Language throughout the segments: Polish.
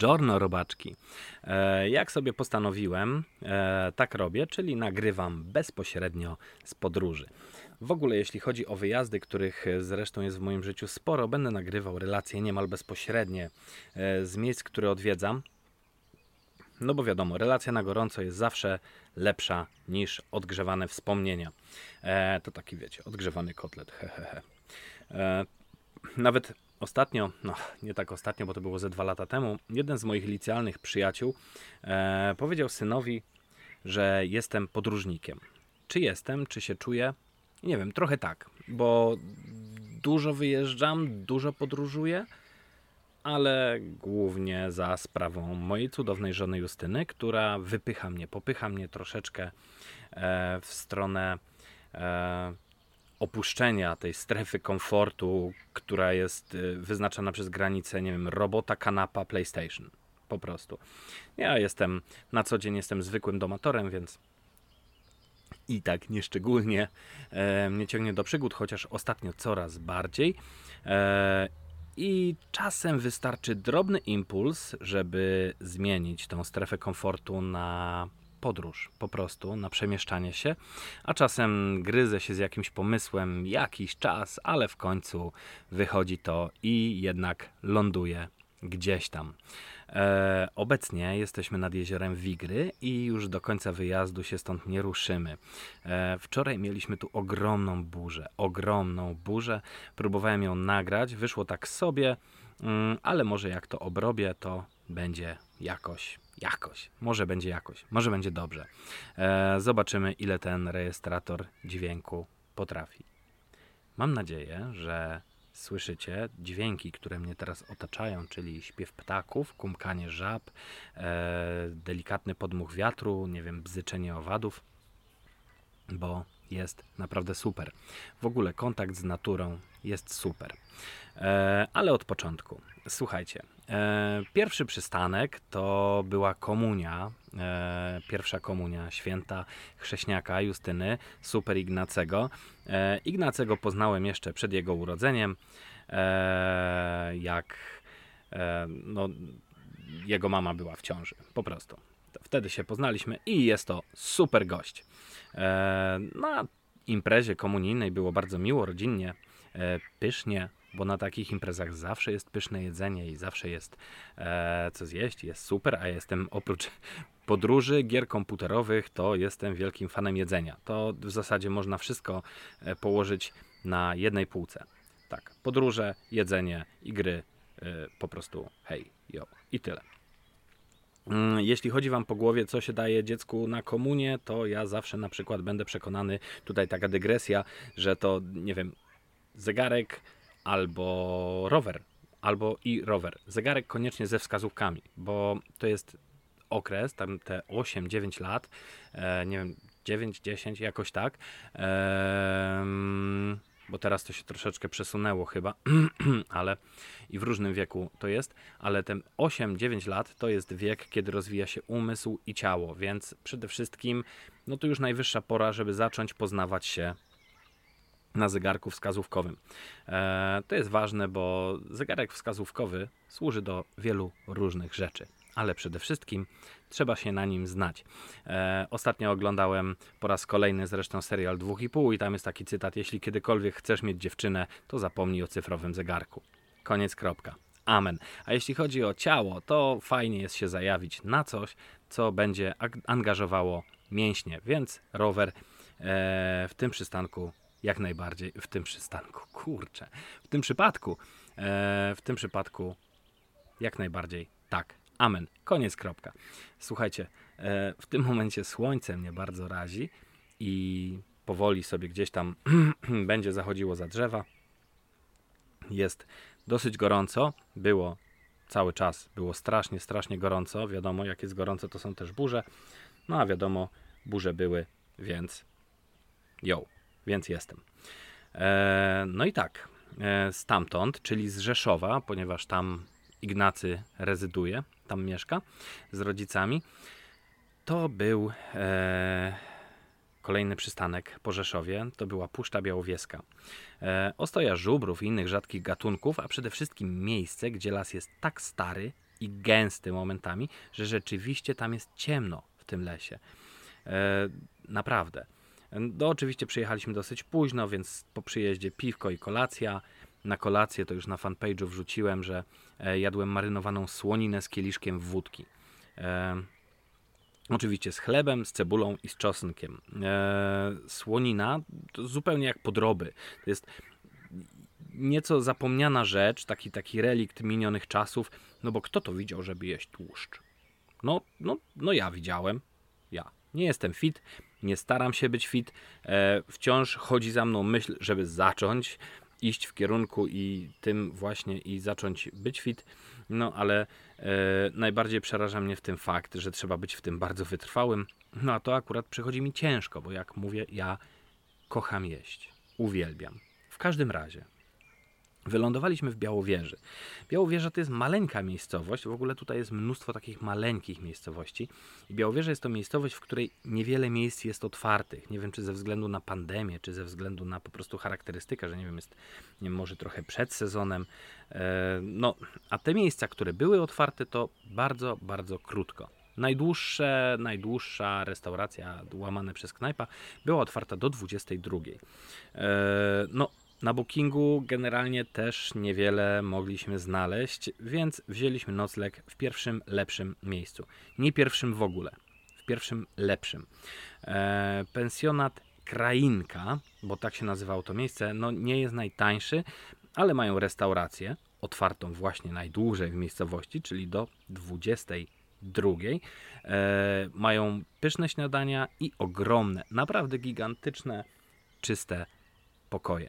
Buongiorno robaczki. Jak sobie postanowiłem, tak robię, czyli nagrywam bezpośrednio z podróży. W ogóle jeśli chodzi o wyjazdy, których zresztą jest w moim życiu sporo, będę nagrywał relacje niemal bezpośrednie z miejsc, które odwiedzam. No bo wiadomo, relacja na gorąco jest zawsze lepsza niż odgrzewane wspomnienia. To taki wiecie, odgrzewany kotlet, hehehe. Nawet ostatnio, no nie tak ostatnio, bo to było ze 2 lata temu, jeden z moich licealnych przyjaciół powiedział synowi, że jestem podróżnikiem. Czy jestem, czy się czuję? Nie wiem, trochę tak, bo dużo wyjeżdżam, dużo podróżuję, ale głównie za sprawą mojej cudownej żony Justyny, która popycha mnie troszeczkę w stronę opuszczenia tej strefy komfortu, która jest wyznaczona przez granicę, nie wiem, robota, kanapa, PlayStation. Po prostu. Ja na co dzień jestem zwykłym domatorem, więc i tak nieszczególnie mnie ciągnie do przygód, chociaż ostatnio coraz bardziej. I czasem wystarczy drobny impuls, żeby zmienić tą strefę komfortu na podróż, po prostu na przemieszczanie się, a czasem gryzę się z jakimś pomysłem jakiś czas, ale w końcu wychodzi to i jednak ląduje gdzieś tam. Obecnie jesteśmy nad jeziorem Wigry i już do końca wyjazdu się stąd nie ruszymy. Wczoraj mieliśmy tu ogromną burzę. Próbowałem ją nagrać, wyszło tak sobie, ale może jak to obrobię, to będzie jakoś. Może będzie dobrze. Zobaczymy, ile ten rejestrator dźwięku potrafi. Mam nadzieję, że słyszycie dźwięki, które mnie teraz otaczają, czyli śpiew ptaków, kumkanie żab, delikatny podmuch wiatru, nie wiem, bzyczenie owadów, bo jest naprawdę super. W ogóle kontakt z naturą jest super. Ale od początku. Słuchajcie, pierwszy przystanek to była komunia, pierwsza komunia święta chrześniaka Justyny, super Ignacego. Ignacego poznałem jeszcze przed jego urodzeniem, jak no, jego mama była w ciąży, po prostu. Wtedy się poznaliśmy i jest to super gość. Na imprezie komunijnej było bardzo miło, rodzinnie, pysznie, bo na takich imprezach zawsze jest pyszne jedzenie i zawsze jest co zjeść, jest super, a jestem oprócz podróży, gier komputerowych, to jestem wielkim fanem jedzenia. To w zasadzie można wszystko położyć na jednej półce. Tak, podróże, jedzenie i gry, po prostu hej, jo i tyle. Jeśli chodzi wam po głowie, co się daje dziecku na komunię, to ja zawsze na przykład będę przekonany, tutaj taka dygresja, że to, nie wiem, zegarek albo rower, albo i rower. Zegarek koniecznie ze wskazówkami, bo to jest okres, tam te 8-9 lat, nie wiem, 9-10 jakoś tak, bo teraz to się troszeczkę przesunęło chyba, ale i w różnym wieku to jest, ale ten 8-9 lat to jest wiek, kiedy rozwija się umysł i ciało, więc przede wszystkim no to już najwyższa pora, żeby zacząć poznawać się na zegarku wskazówkowym. To jest ważne, bo zegarek wskazówkowy służy do wielu różnych rzeczy, ale przede wszystkim trzeba się na nim znać. Ostatnio oglądałem po raz kolejny zresztą serial 2,5 i tam jest taki cytat: jeśli kiedykolwiek chcesz mieć dziewczynę, to zapomnij o cyfrowym zegarku. Koniec, kropka. Amen. A jeśli chodzi o ciało, to fajnie jest się zajawić na coś, co będzie angażowało mięśnie, więc rower w tym przystanku jak najbardziej, w tym przypadku jak najbardziej tak. Amen. Koniec, kropka. Słuchajcie, w tym momencie słońce mnie bardzo razi i powoli sobie gdzieś tam będzie zachodziło za drzewa. Jest dosyć gorąco, cały czas było strasznie gorąco. Wiadomo, jak jest gorąco, to są też burze. No a wiadomo, burze były, więc jestem. No i tak, stamtąd, czyli z Rzeszowa, ponieważ tam Ignacy rezyduje, tam mieszka z rodzicami, to był kolejny przystanek po Rzeszowie, to była Puszcza Białowieska. Ostoja żubrów i innych rzadkich gatunków, a przede wszystkim miejsce, gdzie las jest tak stary, i gęsty momentami, że rzeczywiście tam jest ciemno w tym lesie. Naprawdę. No, oczywiście przyjechaliśmy dosyć późno, więc po przyjeździe piwko i kolacja. Na kolację to już na fanpage'u wrzuciłem, że jadłem marynowaną słoninę z kieliszkiem wódki. Oczywiście z chlebem, z cebulą i z czosnkiem. Słonina to zupełnie jak podroby. To jest nieco zapomniana rzecz, taki relikt minionych czasów, no bo kto to widział, żeby jeść tłuszcz? No ja widziałem. Ja. Nie jestem fit, nie staram się być fit. Wciąż chodzi za mną myśl, żeby zacząć iść w kierunku i tym właśnie i zacząć być fit. No ale najbardziej przeraża mnie w tym fakt, że trzeba być w tym bardzo wytrwałym. No a to akurat przychodzi mi ciężko, bo jak mówię, ja kocham jeść. Uwielbiam. W każdym razie. Wylądowaliśmy w Białowieży. Białowieża to jest maleńka miejscowość, w ogóle tutaj jest mnóstwo takich maleńkich miejscowości. I Białowieża jest to miejscowość, w której niewiele miejsc jest otwartych. Nie wiem, czy ze względu na pandemię, czy ze względu na po prostu charakterystykę, że nie wiem, jest nie wiem, może trochę przed sezonem. No, a te miejsca, które były otwarte, to bardzo, bardzo krótko. Najdłuższa restauracja, łamane przez knajpa, była otwarta do 22. No, na Bookingu generalnie też niewiele mogliśmy znaleźć, więc wzięliśmy nocleg w pierwszym lepszym miejscu. Nie pierwszym w ogóle, w pierwszym lepszym. Pensjonat Krainka, bo tak się nazywało to miejsce, no nie jest najtańszy, ale mają restaurację otwartą właśnie najdłużej w miejscowości, czyli do 22. Mają pyszne śniadania i ogromne, naprawdę gigantyczne, czyste pokoje.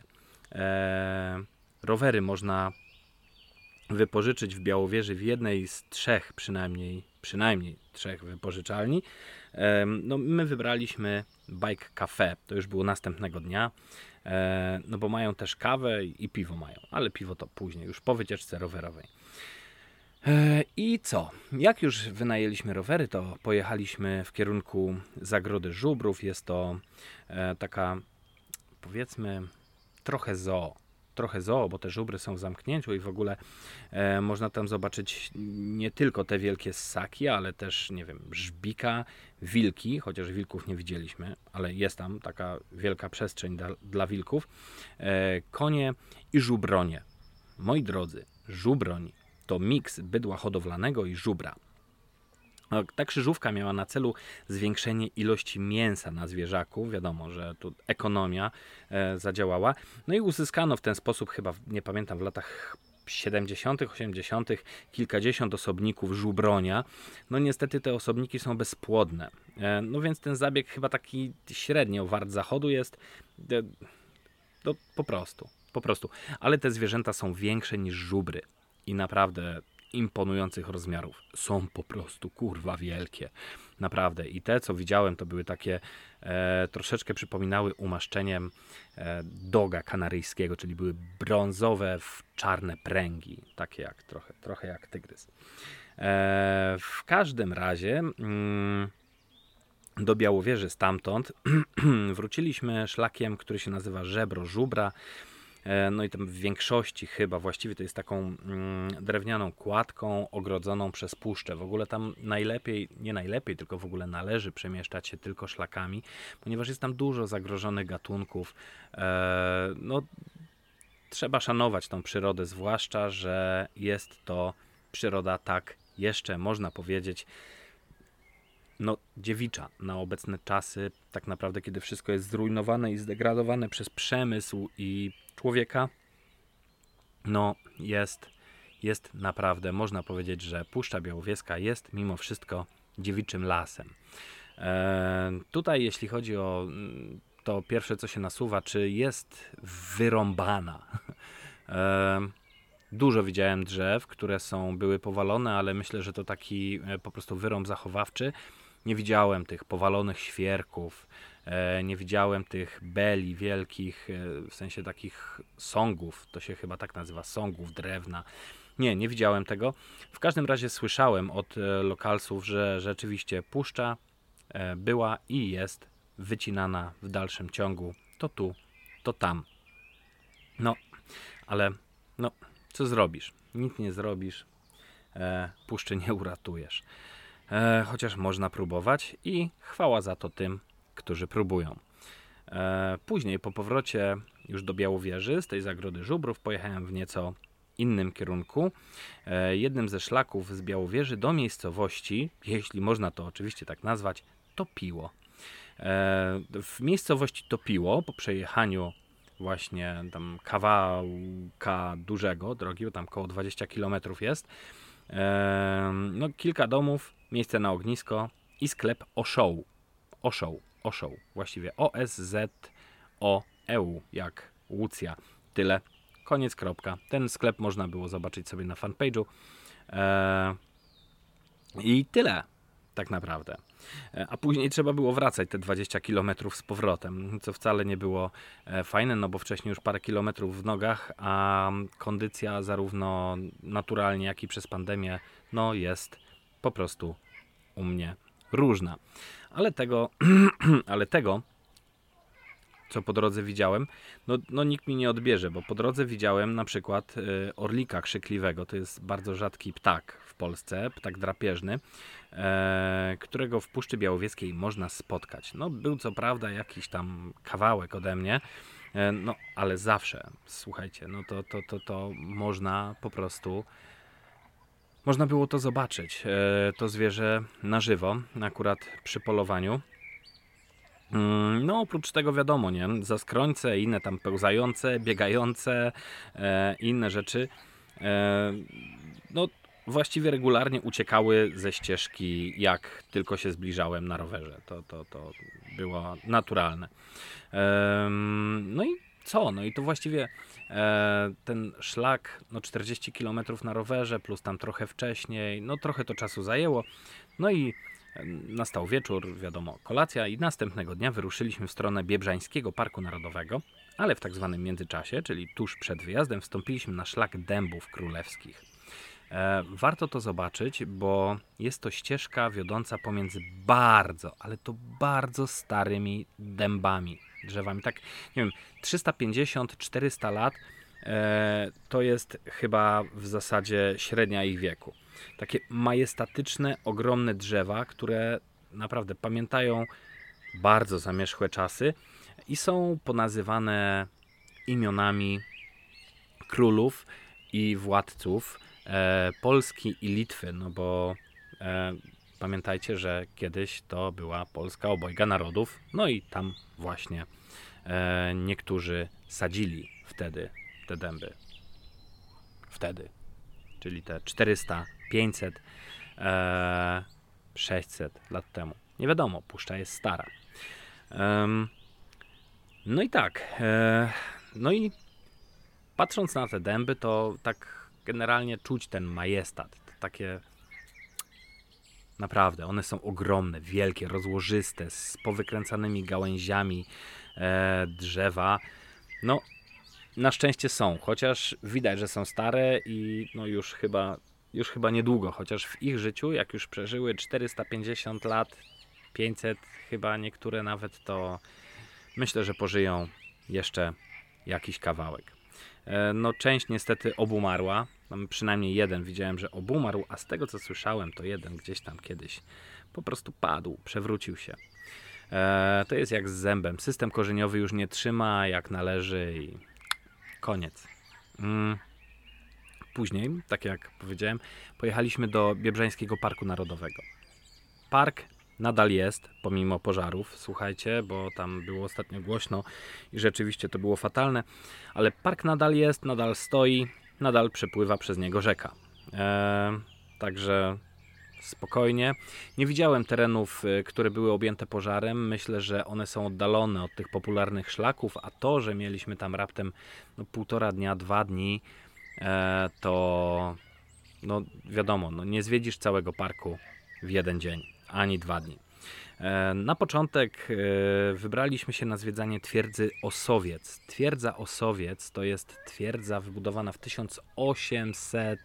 Rowery można wypożyczyć w Białowieży w jednej z trzech przynajmniej trzech wypożyczalni. No, my wybraliśmy Bike Cafe, to już było następnego dnia, no bo mają też kawę i piwo mają, ale piwo to później, już po wycieczce rowerowej. I co? Jak już wynajęliśmy rowery, to pojechaliśmy w kierunku Zagrody Żubrów. Jest to taka, powiedzmy, trochę zoo, bo te żubry są w zamknięciu i w ogóle można tam zobaczyć nie tylko te wielkie ssaki, ale też, nie wiem, żbika, wilki, chociaż wilków nie widzieliśmy, ale jest tam taka wielka przestrzeń dla wilków, konie i żubronie. Moi drodzy, żubroń to miks bydła hodowlanego i żubra. Ta krzyżówka miała na celu zwiększenie ilości mięsa na zwierzaku. Wiadomo, że tu ekonomia zadziałała. No i uzyskano w ten sposób, chyba nie pamiętam, w latach 70., 80. kilkadziesiąt osobników żubronia. No niestety te osobniki są bezpłodne. No więc ten zabieg chyba taki średnio wart zachodu jest. No po prostu. Ale te zwierzęta są większe niż żubry. I naprawdę imponujących rozmiarów. Są po prostu kurwa wielkie. Naprawdę. I te, co widziałem, to były takie troszeczkę przypominały umaszczeniem doga kanaryjskiego, czyli były brązowe w czarne pręgi. Takie jak trochę jak tygrys. W każdym razie do Białowieży stamtąd wróciliśmy szlakiem, który się nazywa Żebro Żubra. No i tam w większości chyba, właściwie to jest taką drewnianą kładką ogrodzoną przez puszczę. W ogóle tam nie najlepiej, tylko w ogóle należy przemieszczać się tylko szlakami, ponieważ jest tam dużo zagrożonych gatunków. No, trzeba szanować tą przyrodę, zwłaszcza, że jest to przyroda tak jeszcze, można powiedzieć, no dziewicza na obecne czasy, tak naprawdę kiedy wszystko jest zrujnowane i zdegradowane przez przemysł i człowieka, no jest naprawdę, można powiedzieć, że Puszcza Białowieska jest mimo wszystko dziewiczym lasem. Tutaj jeśli chodzi o to pierwsze, co się nasuwa, czy jest wyrąbana. Dużo widziałem drzew, które były powalone, ale myślę, że to taki po prostu wyrąb zachowawczy. Nie widziałem tych powalonych świerków, nie widziałem tych beli wielkich, w sensie takich sągów, to się chyba tak nazywa, sągów drewna. Nie widziałem tego. W każdym razie słyszałem od lokalsów, że rzeczywiście puszcza była i jest wycinana w dalszym ciągu. To tu, to tam. No, ale no, co zrobisz? Nic nie zrobisz. puszczy nie uratujesz. Chociaż można próbować i chwała za to tym, którzy próbują. Później po powrocie już do Białowieży z tej zagrody żubrów pojechałem w nieco innym kierunku. Jednym ze szlaków z Białowieży do miejscowości, jeśli można to oczywiście tak nazwać, Topiło. W miejscowości Topiło po przejechaniu właśnie tam kawałka dużego drogi, bo tam około 20 km jest, no kilka domów, miejsce na ognisko i sklep Oszoł. Oszoł, właściwie OSZOEU, jak Łucja. Tyle. Koniec, kropka. Ten sklep można było zobaczyć sobie na fanpage'u. I tyle, tak naprawdę. A później trzeba było wracać te 20 km z powrotem, co wcale nie było fajne, no bo wcześniej już parę kilometrów w nogach, a kondycja zarówno naturalnie, jak i przez pandemię, no jest po prostu u mnie różna. Ale tego, co po drodze widziałem, no nikt mi nie odbierze, bo po drodze widziałem na przykład orlika krzykliwego, to jest bardzo rzadki ptak w Polsce, ptak drapieżny, którego w Puszczy Białowieskiej można spotkać. No był co prawda jakiś tam kawałek ode mnie, no ale zawsze, słuchajcie, no to można po prostu, można było to zobaczyć, to zwierzę na żywo, akurat przy polowaniu. No oprócz tego wiadomo, nie? Zaskrońce, inne tam pełzające, biegające, inne rzeczy, no właściwie regularnie uciekały ze ścieżki, jak tylko się zbliżałem na rowerze. To było naturalne. No i co? No i to właściwie ten szlak, no 40 km na rowerze, plus tam trochę wcześniej, no trochę to czasu zajęło. No i nastał wieczór, wiadomo, kolacja i następnego dnia wyruszyliśmy w stronę Biebrzańskiego Parku Narodowego, ale w tak zwanym międzyczasie, czyli tuż przed wyjazdem, wstąpiliśmy na szlak dębów królewskich. Warto to zobaczyć, bo jest to ścieżka wiodąca pomiędzy bardzo, ale to bardzo starymi dębami, drzewami. Tak, nie wiem, 350-400 lat to jest chyba w zasadzie średnia ich wieku. Takie majestatyczne, ogromne drzewa, które naprawdę pamiętają bardzo zamierzchłe czasy i są ponazywane imionami królów i władców Polski i Litwy, no bo pamiętajcie, że kiedyś to była Polska obojga narodów, no i tam właśnie niektórzy sadzili wtedy te dęby. Wtedy, czyli te 400, 500, 600 lat temu. Nie wiadomo, puszcza jest stara. No i tak, no i patrząc na te dęby, to tak generalnie czuć ten majestat, takie naprawdę, one są ogromne, wielkie, rozłożyste, z powykręcanymi gałęziami drzewa. No, na szczęście są, chociaż widać, że są stare i no już chyba niedługo, chociaż w ich życiu, jak już przeżyły 450 lat, 500 chyba niektóre nawet, to myślę, że pożyją jeszcze jakiś kawałek. No część niestety obumarła, przynajmniej jeden widziałem, że obumarł, a z tego co słyszałem, to jeden gdzieś tam kiedyś po prostu padł, przewrócił się. To jest jak z zębem, system korzeniowy już nie trzyma jak należy i koniec. Później, tak jak powiedziałem, pojechaliśmy do Biebrzańskiego Parku Narodowego. Park nadal jest, pomimo pożarów, słuchajcie, bo tam było ostatnio głośno i rzeczywiście to było fatalne, ale park nadal jest, nadal stoi, nadal przepływa przez niego rzeka. Także spokojnie. Nie widziałem terenów, które były objęte pożarem. Myślę, że one są oddalone od tych popularnych szlaków, a to, że mieliśmy tam raptem 1,5 dnia, 2 dni, to no wiadomo, no nie zwiedzisz całego parku w jeden dzień, ani 2 dni. Na początek wybraliśmy się na zwiedzanie twierdzy Osowiec. Twierdza Osowiec to jest twierdza wybudowana w 1800...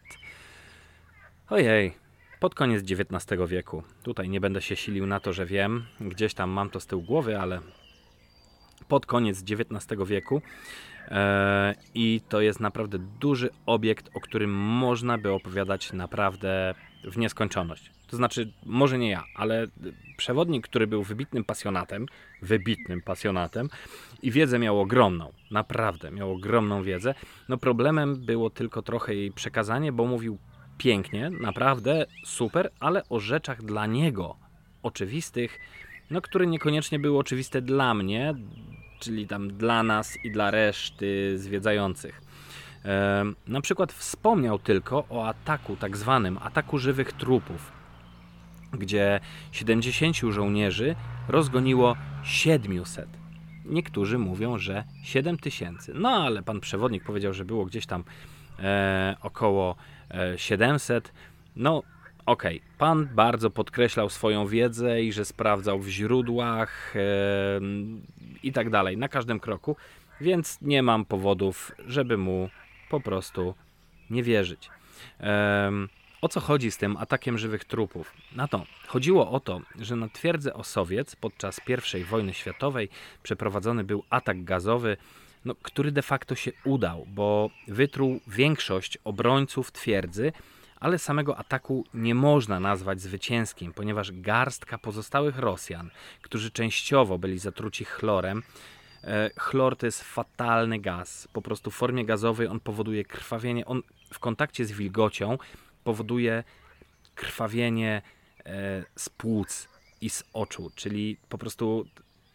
pod koniec XIX wieku. Tutaj nie będę się silił na to, że wiem. Gdzieś tam mam to z tyłu głowy, ale pod koniec XIX wieku. I to jest naprawdę duży obiekt, o którym można by opowiadać naprawdę w nieskończoność. To znaczy, może nie ja, ale przewodnik, który był wybitnym pasjonatem i wiedzę miał ogromną, naprawdę miał ogromną wiedzę. No problemem było tylko trochę jej przekazanie, bo mówił pięknie, naprawdę super, ale o rzeczach dla niego oczywistych, no które niekoniecznie były oczywiste dla mnie, czyli tam dla nas i dla reszty zwiedzających. Na przykład wspomniał tylko o ataku, tak zwanym ataku żywych trupów, gdzie 70 żołnierzy rozgoniło 700. Niektórzy mówią, że 7000. No ale pan przewodnik powiedział, że było gdzieś tam około 700. No okej, pan bardzo podkreślał swoją wiedzę i że sprawdzał w źródłach i tak dalej, na każdym kroku, więc nie mam powodów, żeby mu po prostu nie wierzyć. O co chodzi z tym atakiem żywych trupów? No to chodziło o to, że na twierdzę Osowiec podczas I wojny światowej przeprowadzony był atak gazowy, no, który de facto się udał, bo wytruł większość obrońców twierdzy, ale samego ataku nie można nazwać zwycięskim, ponieważ garstka pozostałych Rosjan, którzy częściowo byli zatruci chlorem, chlor to jest fatalny gaz. Po prostu w formie gazowej on powoduje krwawienie. On w kontakcie z wilgocią powoduje krwawienie z płuc i z oczu, czyli po prostu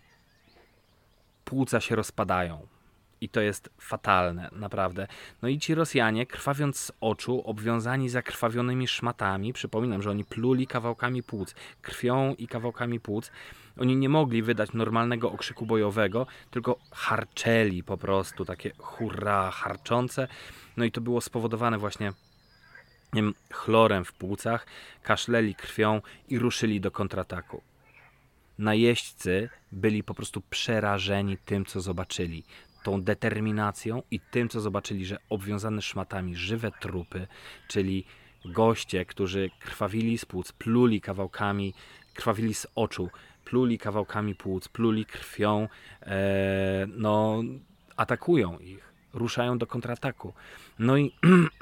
płuca się rozpadają. I to jest fatalne, naprawdę. No i ci Rosjanie, krwawiąc z oczu, obwiązani zakrwawionymi szmatami, przypominam, że oni pluli kawałkami płuc, krwią i kawałkami płuc, oni nie mogli wydać normalnego okrzyku bojowego, tylko harczeli po prostu, takie hurra, harczące. No i to było spowodowane właśnie chlorem w płucach, kaszleli krwią i ruszyli do kontrataku. Najeźdźcy byli po prostu przerażeni tym, co zobaczyli. Tą determinacją i tym, co zobaczyli, że obwiązane szmatami żywe trupy, czyli goście, którzy krwawili z płuc, pluli kawałkami, krwawili z oczu, pluli kawałkami płuc, pluli krwią, no atakują ich, ruszają do kontrataku. No i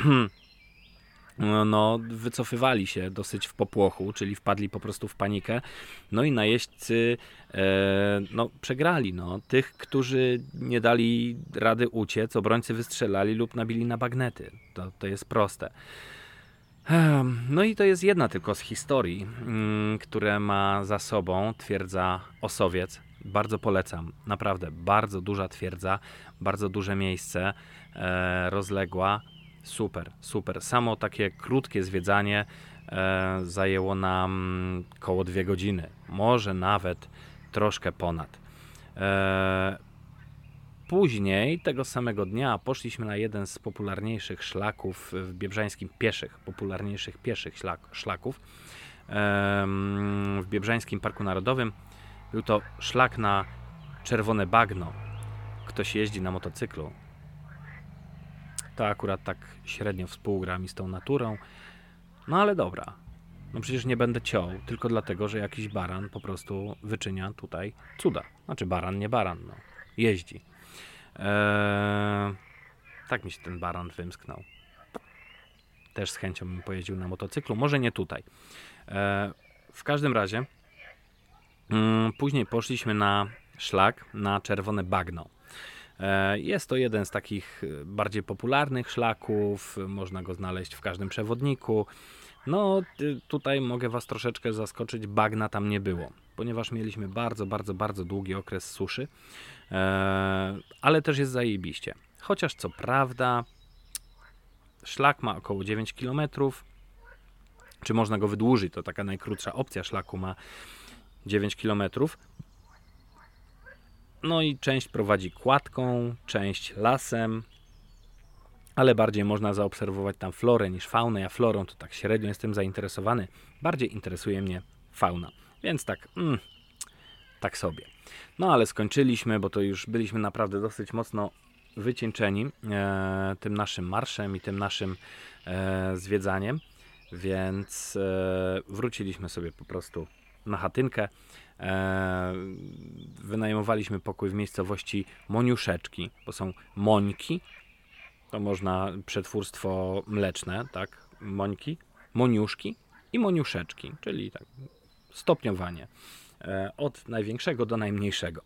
no, wycofywali się dosyć w popłochu, czyli wpadli po prostu w panikę. No i najeźdźcy no, przegrali. No. Tych, którzy nie dali rady uciec, obrońcy wystrzelali lub nabili na bagnety. To jest proste. No i to jest jedna tylko z historii, które ma za sobą twierdza Osowiec. Bardzo polecam. Naprawdę bardzo duża twierdza, bardzo duże miejsce, rozległa. Super, super. Samo takie krótkie zwiedzanie zajęło nam koło 2 godziny. Może nawet troszkę ponad. Później, tego samego dnia, poszliśmy na jeden z popularniejszych szlaków w Biebrzańskim, popularniejszych pieszych szlaków w Biebrzańskim Parku Narodowym. Był to szlak na Czerwone Bagno. Ktoś jeździ na motocyklu. To akurat tak średnio współgra mi z tą naturą. No ale dobra. No przecież nie będę ciął, tylko dlatego, że jakiś baran po prostu wyczynia tutaj cuda. Znaczy baran, nie baran, no. Jeździ. Tak mi się ten baran wymsknął. Też z chęcią bym pojeździł na motocyklu. Może nie tutaj. W każdym razie później poszliśmy na szlak na Czerwone Bagno. Jest to jeden z takich bardziej popularnych szlaków, można go znaleźć w każdym przewodniku. No tutaj mogę Was troszeczkę zaskoczyć, bagna tam nie było, ponieważ mieliśmy bardzo długi okres suszy, ale też jest zajebiście. Chociaż co prawda szlak ma około 9 km, czy można go wydłużyć, to taka najkrótsza opcja szlaku ma 9 km. No i część prowadzi kładką, część lasem, ale bardziej można zaobserwować tam florę niż faunę. Ja florą to tak średnio jestem zainteresowany. Bardziej interesuje mnie fauna, więc tak sobie. No ale skończyliśmy, bo to już byliśmy naprawdę dosyć mocno wycieńczeni tym naszym marszem i tym naszym zwiedzaniem, więc wróciliśmy sobie po prostu na chatynkę. Wynajmowaliśmy pokój w miejscowości Moniuszeczki, bo są Mońki, to można przetwórstwo mleczne, tak, Mońki, Moniuszki i Moniuszeczki, czyli tak stopniowanie od największego do najmniejszego.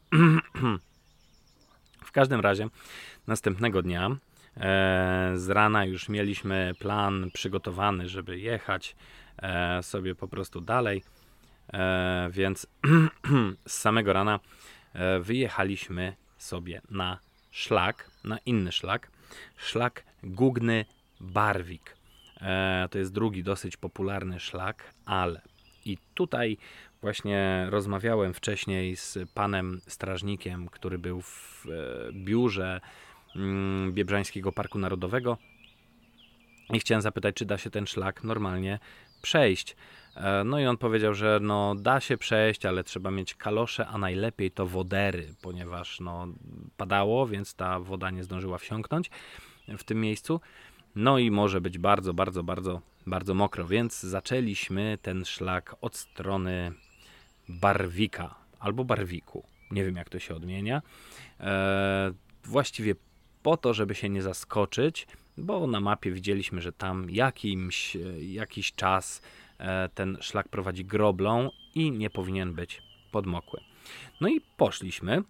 W każdym razie następnego dnia z rana już mieliśmy plan przygotowany, żeby jechać sobie po prostu dalej, więc z samego rana wyjechaliśmy sobie na szlak, na inny szlak, szlak Gugny-Barwik. To jest drugi dosyć popularny szlak, ale i tutaj właśnie rozmawiałem wcześniej z panem strażnikiem, który był w biurze Biebrzańskiego Parku Narodowego i chciałem zapytać, czy da się ten szlak normalnie przejść. No i on powiedział, że no da się przejść, ale trzeba mieć kalosze, a najlepiej to wodery, ponieważ no padało, więc ta woda nie zdążyła wsiąknąć w tym miejscu. No i może być bardzo, bardzo, bardzo, bardzo mokro, więc zaczęliśmy ten szlak od strony Barwika albo Barwiku. Nie wiem, jak to się odmienia. Właściwie po to, żeby się nie zaskoczyć, bo na mapie widzieliśmy, że tam jakiś czas ten szlak prowadzi groblą i nie powinien być podmokły. No i poszliśmy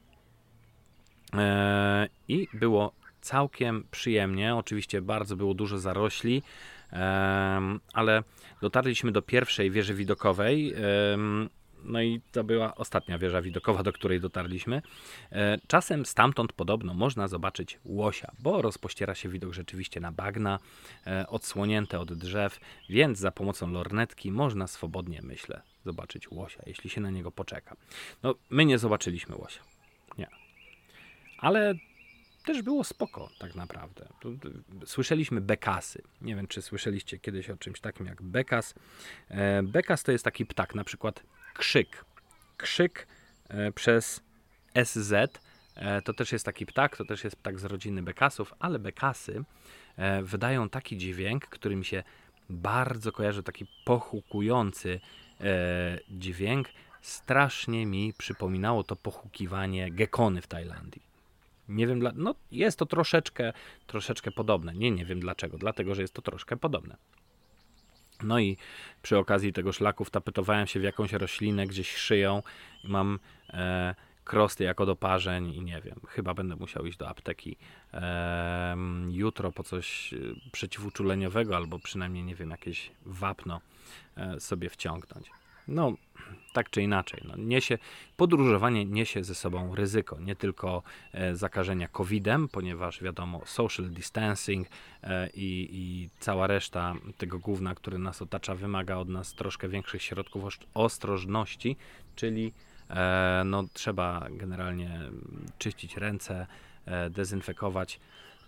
i było całkiem przyjemnie. Oczywiście bardzo było dużo zarośli, ale dotarliśmy do pierwszej wieży widokowej. No i to była ostatnia wieża widokowa, do której dotarliśmy. Czasem stamtąd podobno można zobaczyć łosia, bo rozpościera się widok rzeczywiście na bagna, odsłonięte od drzew, więc za pomocą lornetki można swobodnie, myślę, zobaczyć łosia, jeśli się na niego poczeka. No, my nie zobaczyliśmy łosia. Nie. Ale też było spoko, tak naprawdę. Słyszeliśmy bekasy. Nie wiem, czy słyszeliście kiedyś o czymś takim jak bekas. Bekas to jest taki ptak, na przykład krzyk. Krzyk przez SZ to też jest taki ptak, to też jest ptak z rodziny bekasów, ale bekasy wydają taki dźwięk, który mi się bardzo kojarzy, taki pochukujący dźwięk. Strasznie mi przypominało to pochukiwanie gekony w Tajlandii. Nie wiem, no jest to troszeczkę podobne. Nie wiem dlaczego, dlatego, że jest to troszkę podobne. No i przy okazji tego szlaku wtapetowałem się w jakąś roślinę gdzieś szyją i mam krosty jako do parzeń i nie wiem, chyba będę musiał iść do apteki jutro po coś przeciwuczuleniowego albo przynajmniej, nie wiem, jakieś wapno sobie wciągnąć. No, tak czy inaczej, no, podróżowanie niesie ze sobą ryzyko, nie tylko zakażenia COVID-em, ponieważ wiadomo, social distancing i cała reszta tego gówna, który nas otacza, wymaga od nas troszkę większych środków ostrożności, czyli no, trzeba generalnie czyścić ręce, dezynfekować,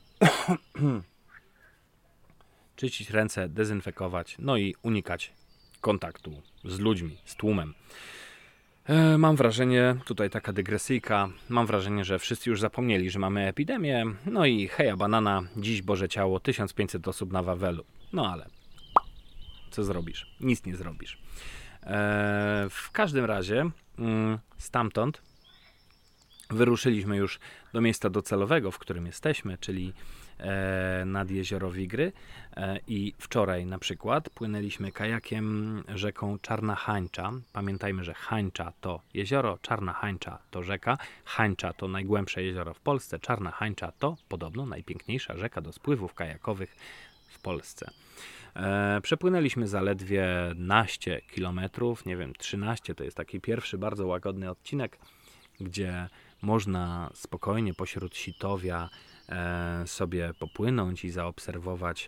no i unikać kontaktu z ludźmi, z tłumem. Mam wrażenie, tutaj taka dygresyjka, mam wrażenie, że wszyscy już zapomnieli, że mamy epidemię, no i heja banana, dziś Boże Ciało, 1500 osób na Wawelu. No ale co zrobisz? Nic nie zrobisz. W każdym razie stamtąd wyruszyliśmy już do miejsca docelowego, w którym jesteśmy, czyli nad jezioro Wigry i wczoraj na przykład płynęliśmy kajakiem rzeką Czarna Hańcza. Pamiętajmy, że Hańcza to jezioro, Czarna Hańcza to rzeka, Hańcza to najgłębsze jezioro w Polsce, Czarna Hańcza to podobno najpiękniejsza rzeka do spływów kajakowych w Polsce. Przepłynęliśmy zaledwie naście kilometrów, nie wiem, 13, to jest taki pierwszy bardzo łagodny odcinek, gdzie można spokojnie pośród sitowia sobie popłynąć i zaobserwować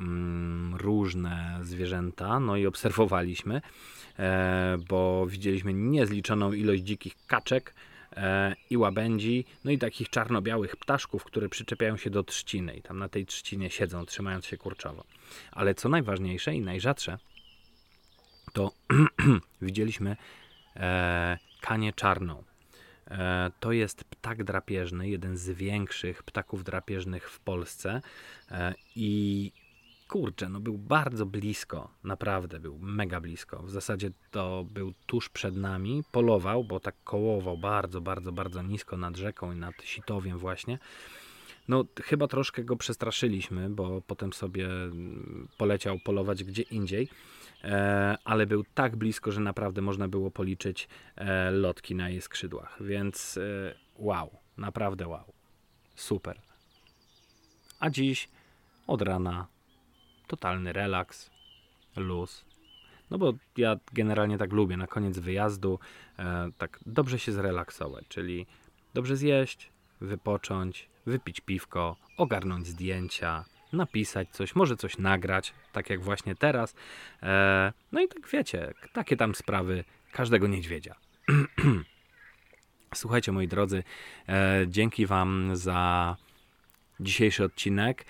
różne zwierzęta. No i obserwowaliśmy, bo widzieliśmy niezliczoną ilość dzikich kaczek i łabędzi, no i takich czarno-białych ptaszków, które przyczepiają się do trzciny i tam na tej trzcinie siedzą, trzymając się kurczowo. Ale co najważniejsze i najrzadsze, to widzieliśmy kanię czarną. To jest ptak drapieżny, jeden z większych ptaków drapieżnych w Polsce i kurczę, no był bardzo blisko, naprawdę był mega blisko. W zasadzie to był tuż przed nami, polował, bo tak kołował bardzo, bardzo, bardzo nisko nad rzeką i nad Sitowiem właśnie. No chyba troszkę go przestraszyliśmy, bo potem sobie poleciał polować gdzie indziej, ale był tak blisko, że naprawdę można było policzyć lotki na jej skrzydłach, więc wow, naprawdę wow, super. A dziś od rana totalny relaks, luz. No bo ja generalnie tak lubię na koniec wyjazdu tak dobrze się zrelaksować, czyli dobrze zjeść, wypocząć, wypić piwko, ogarnąć zdjęcia, napisać coś, może coś nagrać, tak jak właśnie teraz. No i tak wiecie, takie tam sprawy każdego niedźwiedzia. Słuchajcie, moi drodzy, dzięki Wam za dzisiejszy odcinek.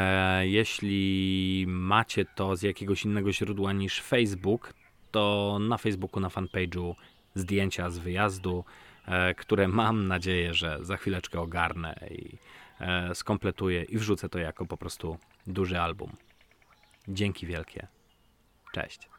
Jeśli macie to z jakiegoś innego źródła niż Facebook, to na Facebooku, na fanpage'u zdjęcia z wyjazdu, które mam nadzieję, że za chwileczkę ogarnę i skompletuję i wrzucę to jako po prostu duży album. Dzięki wielkie. Cześć.